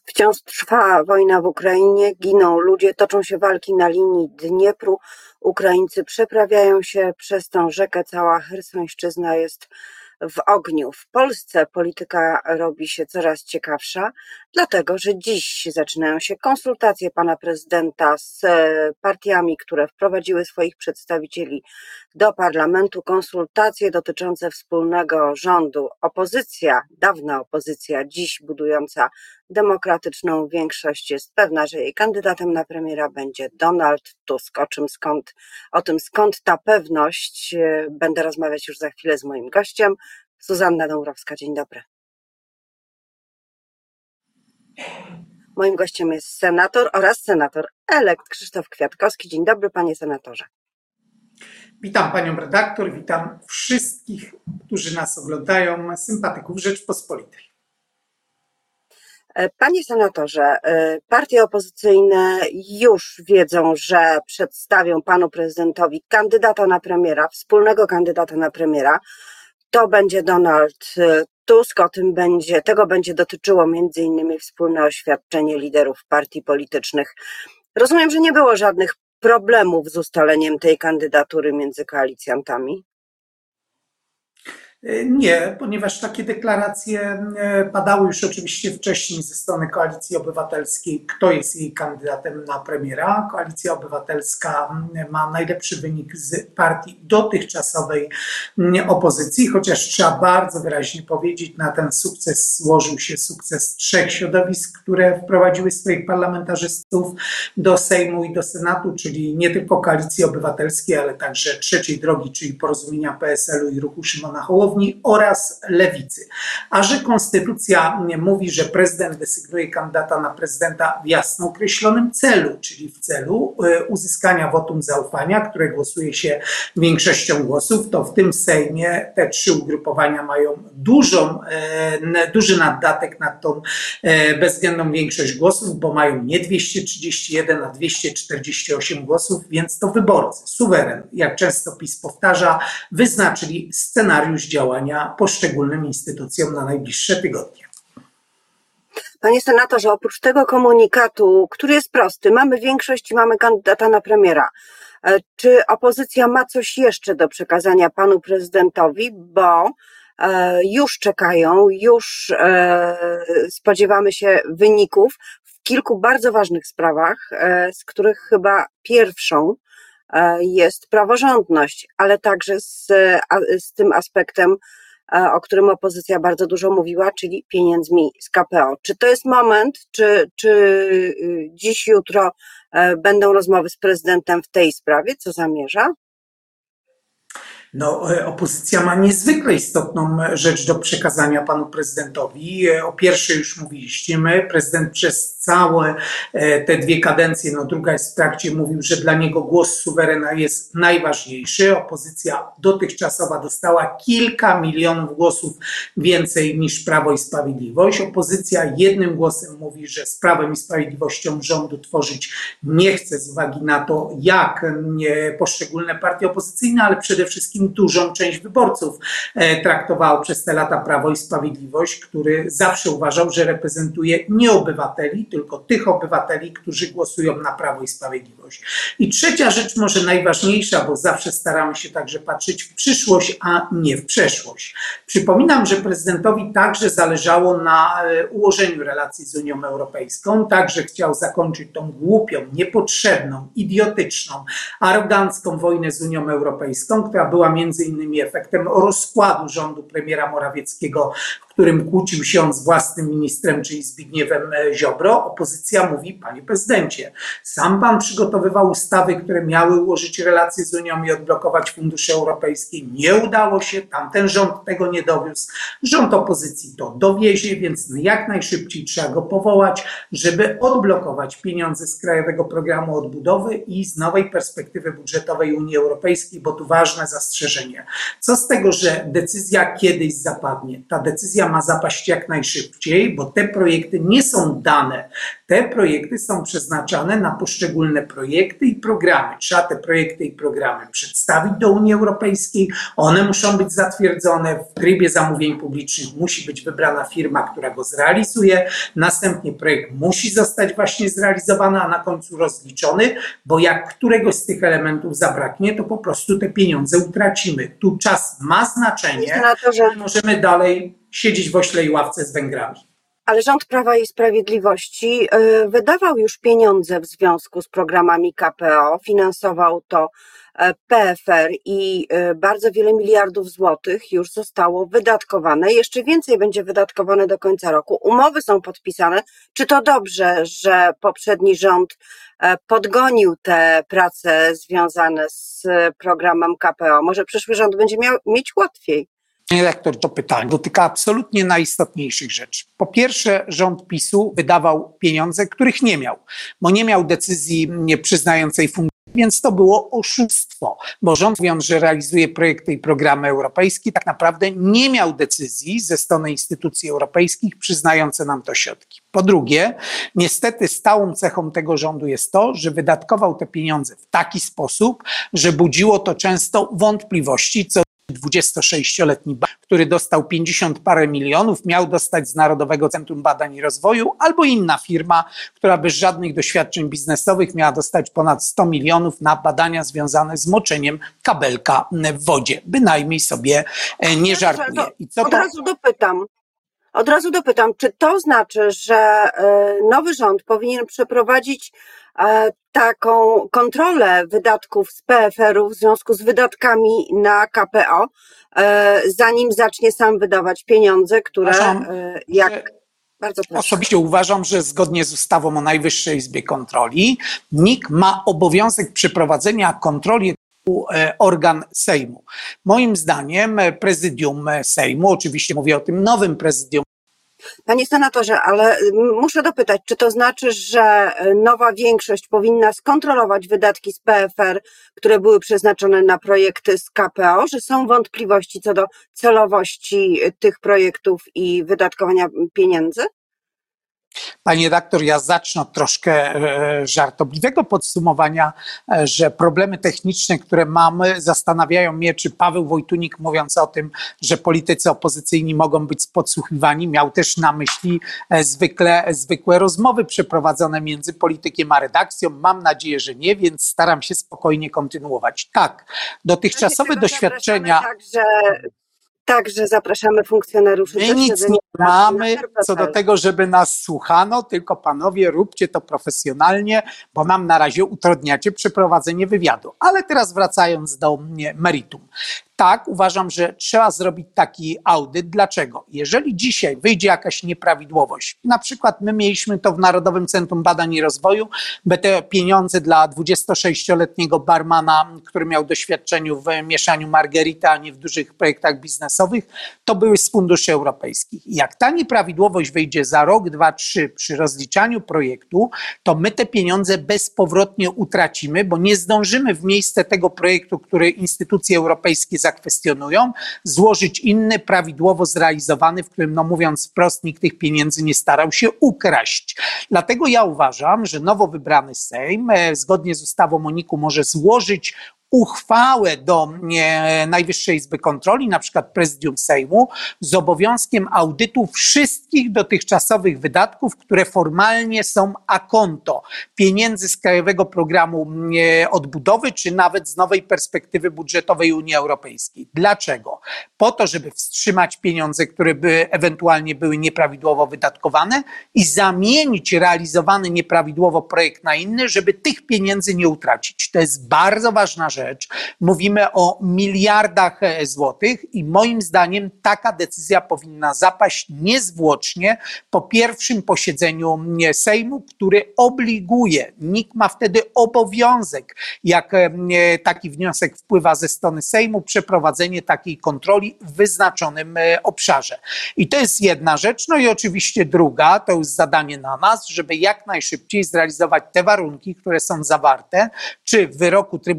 Wciąż trwa wojna w Ukrainie, giną ludzie, toczą się walki na linii Dniepru. Ukraińcy przeprawiają się przez tą rzekę, cała Chersońszczyzna jest w ogniu. W Polsce polityka robi się coraz ciekawsza, dlatego że dziś zaczynają się konsultacje pana prezydenta z partiami, które wprowadziły swoich przedstawicieli do parlamentu, konsultacje dotyczące wspólnego rządu. Opozycja, dawna opozycja, dziś budująca demokratyczną większość jest pewna, że jej kandydatem na premiera będzie Donald Tusk. O tym skąd ta pewność, będę rozmawiać już za chwilę z moim gościem, Zuzanna Dąbrowska. Dzień dobry. Moim gościem jest senator oraz senator elekt Krzysztof Kwiatkowski. Dzień dobry, panie senatorze. Witam panią redaktor, witam wszystkich, którzy nas oglądają, sympatyków Rzeczpospolitej. Panie senatorze, partie opozycyjne już wiedzą, że przedstawią panu prezydentowi kandydata na premiera, wspólnego kandydata na premiera. To będzie Donald Tusk, tego będzie dotyczyło między innymi wspólne oświadczenie liderów partii politycznych. Rozumiem, że nie było żadnych problemów z ustaleniem tej kandydatury między koalicjantami? Nie, ponieważ takie deklaracje padały już oczywiście wcześniej ze strony Koalicji Obywatelskiej, kto jest jej kandydatem na premiera. Koalicja Obywatelska ma najlepszy wynik z partii dotychczasowej opozycji, chociaż trzeba bardzo wyraźnie powiedzieć, na ten sukces złożył się sukces 3 środowisk, które wprowadziły swoich parlamentarzystów do Sejmu i do Senatu, czyli nie tylko Koalicji Obywatelskiej, ale także Trzeciej Drogi, czyli Porozumienia PSL-u i Ruchu Szymona Hołowni oraz Lewicy. A że konstytucja mówi, że prezydent desygnuje kandydata na prezydenta w jasno określonym celu, czyli w celu uzyskania wotum zaufania, które głosuje się większością głosów, to w tym Sejmie te 3 ugrupowania mają duży naddatek nad tą bezwzględną większość głosów, bo mają nie 231, a 248 głosów, więc to wyborcy, suweren, jak często PiS powtarza, wyznaczyli scenariusz działania poszczególnym instytucjom na najbliższe tygodnie. Panie senatorze, oprócz tego komunikatu, który jest prosty, mamy większość i mamy kandydata na premiera. Czy opozycja ma coś jeszcze do przekazania panu prezydentowi, bo już czekają, już spodziewamy się wyników w kilku bardzo ważnych sprawach, z których chyba pierwszą jest praworządność, ale także z tym aspektem, o którym opozycja bardzo dużo mówiła, czyli pieniędzmi z KPO. Czy to jest moment, czy dziś, jutro będą rozmowy z prezydentem w tej sprawie? Co zamierza? Opozycja ma niezwykle istotną rzecz do przekazania panu prezydentowi. O pierwszej już mówiliśmy. Prezydent przez całe te 2 kadencje, druga jest w trakcie, mówił, że dla niego głos suwerena jest najważniejszy. Opozycja dotychczasowa dostała kilka milionów głosów więcej niż Prawo i Sprawiedliwość. Opozycja jednym głosem mówi, że z Prawem i Sprawiedliwością rządu tworzyć nie chce z uwagi na to, jak poszczególne partie opozycyjne, ale przede wszystkim dużą część wyborców traktowało przez te lata Prawo i Sprawiedliwość, który zawsze uważał, że reprezentuje nie obywateli, tylko tych obywateli, którzy głosują na Prawo i Sprawiedliwość. I trzecia rzecz, może najważniejsza, bo zawsze staramy się także patrzeć w przyszłość, a nie w przeszłość. Przypominam, że prezydentowi także zależało na ułożeniu relacji z Unią Europejską, także chciał zakończyć tą głupią, niepotrzebną, idiotyczną, arogancką wojnę z Unią Europejską, która była między innymi efektem rozkładu rządu premiera Morawieckiego, w którym kłócił się on z własnym ministrem, czyli Zbigniewem Ziobro. Opozycja mówi: panie prezydencie, sam pan przygotowywał ustawy, które miały ułożyć relacje z Unią i odblokować fundusze europejskie. Nie udało się, tamten rząd tego nie dowiózł. Rząd opozycji to dowiezie, więc jak najszybciej trzeba go powołać, żeby odblokować pieniądze z Krajowego Programu Odbudowy i z nowej perspektywy budżetowej Unii Europejskiej, bo tu ważne zastrzeżenie. Co z tego, że decyzja kiedyś zapadnie? Ta decyzja decyzja ma zapaść jak najszybciej, bo te projekty nie są dane. Te projekty są przeznaczane na poszczególne projekty i programy. Trzeba te projekty i programy przedstawić do Unii Europejskiej. One muszą być zatwierdzone w trybie zamówień publicznych. Musi być wybrana firma, która go zrealizuje. Następnie projekt musi zostać właśnie zrealizowany, a na końcu rozliczony, bo jak któregoś z tych elementów zabraknie, to po prostu te pieniądze utracimy. Tu czas ma znaczenie, nie możemy dalej siedzieć w oślej ławce z Węgrami. Ale rząd Prawa i Sprawiedliwości wydawał już pieniądze w związku z programami KPO, finansował to PFR i bardzo wiele miliardów złotych już zostało wydatkowane. Jeszcze więcej będzie wydatkowane do końca roku. Umowy są podpisane. Czy to dobrze, że poprzedni rząd podgonił te prace związane z programem KPO? Może przyszły rząd będzie mieć łatwiej? Panie redaktor, to pytanie dotyka absolutnie najistotniejszych rzeczy. Po pierwsze, rząd PiS-u wydawał pieniądze, których nie miał, bo nie miał decyzji przyznającej funduszy, więc to było oszustwo, bo rząd, mówiąc, że realizuje projekty i programy europejskie, tak naprawdę nie miał decyzji ze strony instytucji europejskich przyznające nam to środki. Po drugie, niestety stałą cechą tego rządu jest to, że wydatkował te pieniądze w taki sposób, że budziło to często wątpliwości, co 26-letni, który dostał 50 parę milionów, miał dostać z Narodowego Centrum Badań i Rozwoju, albo inna firma, która bez żadnych doświadczeń biznesowych miała dostać ponad 100 milionów na badania związane z moczeniem kabelka w wodzie. Bynajmniej sobie nie żartuję. I co Od razu dopytam, czy to znaczy, że nowy rząd powinien przeprowadzić taką kontrolę wydatków z PFR-u w związku z wydatkami na KPO, zanim zacznie sam wydawać pieniądze, które Bardzo proszę. Osobiście uważam, że zgodnie z ustawą o Najwyższej Izbie Kontroli NIK ma obowiązek przeprowadzenia kontroli organ Sejmu. Moim zdaniem prezydium Sejmu, oczywiście mówię o tym nowym prezydium. Panie senatorze, ale muszę dopytać, czy to znaczy, że nowa większość powinna skontrolować wydatki z PFR, które były przeznaczone na projekty z KPO, że są wątpliwości co do celowości tych projektów i wydatkowania pieniędzy? Pani redaktor, ja zacznę od troszkę żartobliwego podsumowania, że problemy techniczne, które mamy, zastanawiają mnie, czy Paweł Wojtunik, mówiąc o tym, że politycy opozycyjni mogą być podsłuchiwani, miał też na myśli zwykłe rozmowy przeprowadzone między politykiem a redakcją. Mam nadzieję, że nie, więc staram się spokojnie kontynuować. Tak, dotychczasowe doświadczenia... Także zapraszamy funkcjonariuszy. My nic nie mamy co do tego, żeby nas słuchano, tylko panowie róbcie to profesjonalnie, bo nam na razie utrudniacie przeprowadzenie wywiadu. Ale teraz wracając do meritum. Tak, uważam, że trzeba zrobić taki audyt. Dlaczego? Jeżeli dzisiaj wyjdzie jakaś nieprawidłowość, na przykład my mieliśmy to w Narodowym Centrum Badań i Rozwoju, by te pieniądze dla 26-letniego barmana, który miał doświadczenie w mieszaniu margarity, a nie w dużych projektach biznesowych, to były z funduszy europejskich. I jak ta nieprawidłowość wyjdzie za rok, 2, 3 przy rozliczaniu projektu, to my te pieniądze bezpowrotnie utracimy, bo nie zdążymy w miejsce tego projektu, który instytucje europejskie zakwestionują, złożyć inny, prawidłowo zrealizowany, w którym, no mówiąc wprost, nikt tych pieniędzy nie starał się ukraść. Dlatego ja uważam, że nowo wybrany Sejm, zgodnie z ustawą o NIK-u, może złożyć uchwałę do Najwyższej Izby Kontroli, na przykład prezydium Sejmu, z obowiązkiem audytu wszystkich dotychczasowych wydatków, które formalnie są a conto pieniędzy z Krajowego Programu Odbudowy, czy nawet z nowej perspektywy budżetowej Unii Europejskiej. Dlaczego? Po to, żeby wstrzymać pieniądze, które by ewentualnie były nieprawidłowo wydatkowane i zamienić realizowany nieprawidłowo projekt na inny, żeby tych pieniędzy nie utracić. To jest bardzo ważna rzecz. Mówimy o miliardach złotych i moim zdaniem taka decyzja powinna zapaść niezwłocznie po pierwszym posiedzeniu Sejmu, który obliguje, NIK ma wtedy obowiązek, jak taki wniosek wpływa ze strony Sejmu, przeprowadzenie takiej kontroli w wyznaczonym obszarze. I to jest jedna rzecz. No i oczywiście druga, to jest zadanie na nas, żeby jak najszybciej zrealizować te warunki, które są zawarte, czy w wyroku Trybunału Sprawiedliwości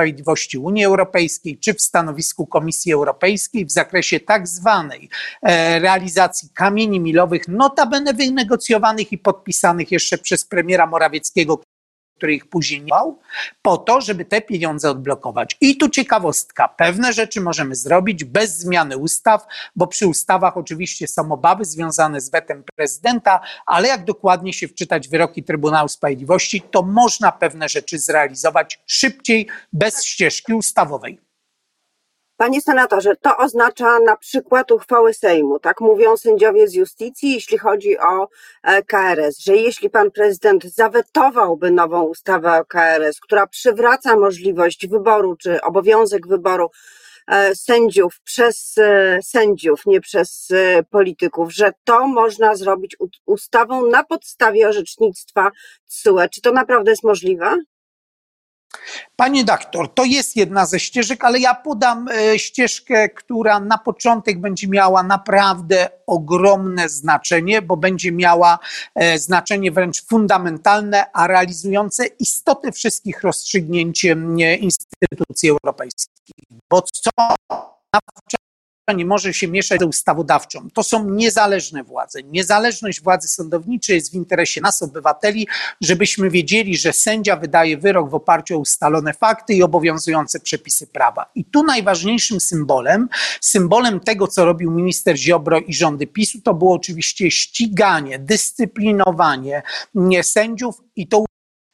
Sprawiedliwości Unii Europejskiej, czy w stanowisku Komisji Europejskiej w zakresie tak zwanej realizacji kamieni milowych, notabene wynegocjowanych i podpisanych jeszcze przez premiera Morawieckiego, który ich później nie miał, po to, żeby te pieniądze odblokować. I tu ciekawostka, pewne rzeczy możemy zrobić bez zmiany ustaw, bo przy ustawach oczywiście są obawy związane z wetem prezydenta, ale jak dokładnie się wczytać w wyroki Trybunału Sprawiedliwości, to można pewne rzeczy zrealizować szybciej, bez ścieżki ustawowej. Panie senatorze, to oznacza na przykład uchwały Sejmu, tak mówią sędziowie z Justicji, jeśli chodzi o KRS, że jeśli pan prezydent zawetowałby nową ustawę o KRS, która przywraca możliwość wyboru czy obowiązek wyboru sędziów przez sędziów, nie przez polityków, że to można zrobić ustawą na podstawie orzecznictwa TSUE. Czy to naprawdę jest możliwe? Panie doktor, to jest jedna ze ścieżek, ale ja podam ścieżkę, która na początek będzie miała naprawdę ogromne znaczenie, bo będzie miała znaczenie wręcz fundamentalne, a realizujące istotę wszystkich rozstrzygnięć instytucji europejskich. Bo co nie może się mieszać z ustawodawczą. To są niezależne władze. Niezależność władzy sądowniczej jest w interesie nas, obywateli, żebyśmy wiedzieli, że sędzia wydaje wyrok w oparciu o ustalone fakty i obowiązujące przepisy prawa. I tu najważniejszym symbolem tego, co robił minister Ziobro i rządy PiS-u, to było oczywiście ściganie, dyscyplinowanie sędziów i to.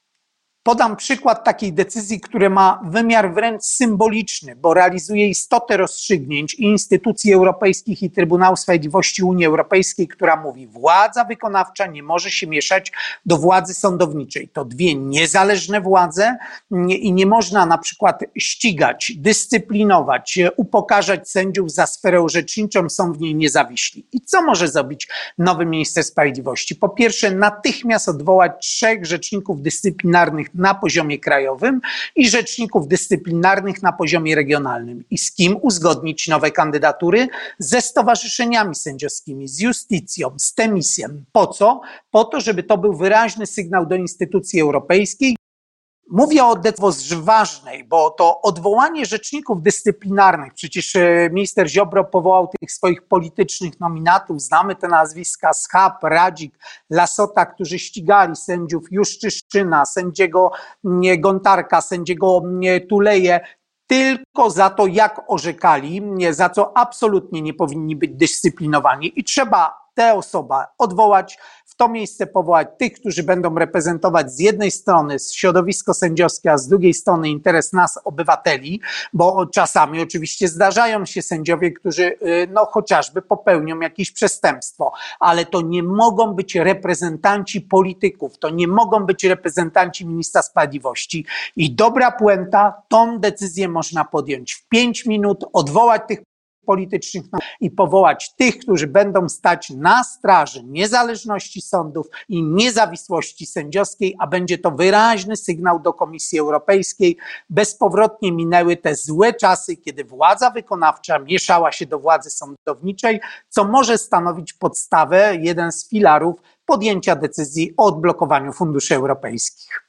Podam przykład takiej decyzji, która ma wymiar wręcz symboliczny, bo realizuje istotę rozstrzygnięć i instytucji europejskich i Trybunału Sprawiedliwości Unii Europejskiej, która mówi: władza wykonawcza nie może się mieszać do władzy sądowniczej. To dwie niezależne władze i nie można na przykład ścigać, dyscyplinować, upokarzać sędziów za sferę orzeczniczą, są w niej niezawiśli. I co może zrobić nowy minister sprawiedliwości? Po pierwsze, natychmiast odwołać 3 rzeczników dyscyplinarnych na poziomie krajowym i rzeczników dyscyplinarnych na poziomie regionalnym. I z kim uzgodnić nowe kandydatury? Ze stowarzyszeniami sędziowskimi, z Justicją, z Temisiem. Po co? Po to, żeby to był wyraźny sygnał do instytucji europejskiej. Mówię o decyzji ważnej, bo to odwołanie rzeczników dyscyplinarnych, przecież minister Ziobro powołał tych swoich politycznych nominatów, znamy te nazwiska: Schab, Radzik, Lassota, którzy ścigali sędziów Juszczyszyna, sędziego Gontarka, sędziego Tuleję, tylko za to, jak orzekali, za co absolutnie nie powinni być dyscyplinowani i trzeba tę osobę odwołać, w to miejsce powołać tych, którzy będą reprezentować z jednej strony środowisko sędziowskie, a z drugiej strony interes nas, obywateli, bo czasami oczywiście zdarzają się sędziowie, którzy chociażby popełnią jakieś przestępstwo, ale to nie mogą być reprezentanci polityków, to nie mogą być reprezentanci ministra sprawiedliwości. I dobra puenta, tą decyzję można podjąć w 5 minut, odwołać tych politycznych i powołać tych, którzy będą stać na straży niezależności sądów i niezawisłości sędziowskiej, a będzie to wyraźny sygnał do Komisji Europejskiej. Bezpowrotnie minęły te złe czasy, kiedy władza wykonawcza mieszała się do władzy sądowniczej, co może stanowić podstawę, jeden z filarów podjęcia decyzji o odblokowaniu funduszy europejskich.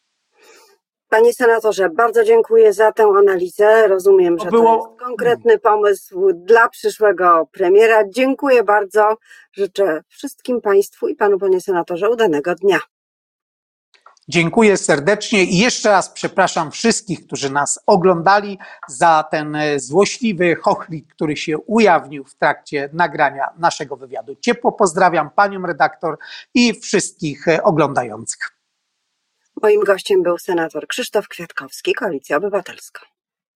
Panie senatorze, bardzo dziękuję za tę analizę. Rozumiem, że to jest konkretny pomysł dla przyszłego premiera. Dziękuję bardzo. Życzę wszystkim państwu i panu, panie senatorze, udanego dnia. Dziękuję serdecznie i jeszcze raz przepraszam wszystkich, którzy nas oglądali, za ten złośliwy chochlik, który się ujawnił w trakcie nagrania naszego wywiadu. Ciepło pozdrawiam panią redaktor i wszystkich oglądających. Moim gościem był senator Krzysztof Kwiatkowski, Koalicja Obywatelska.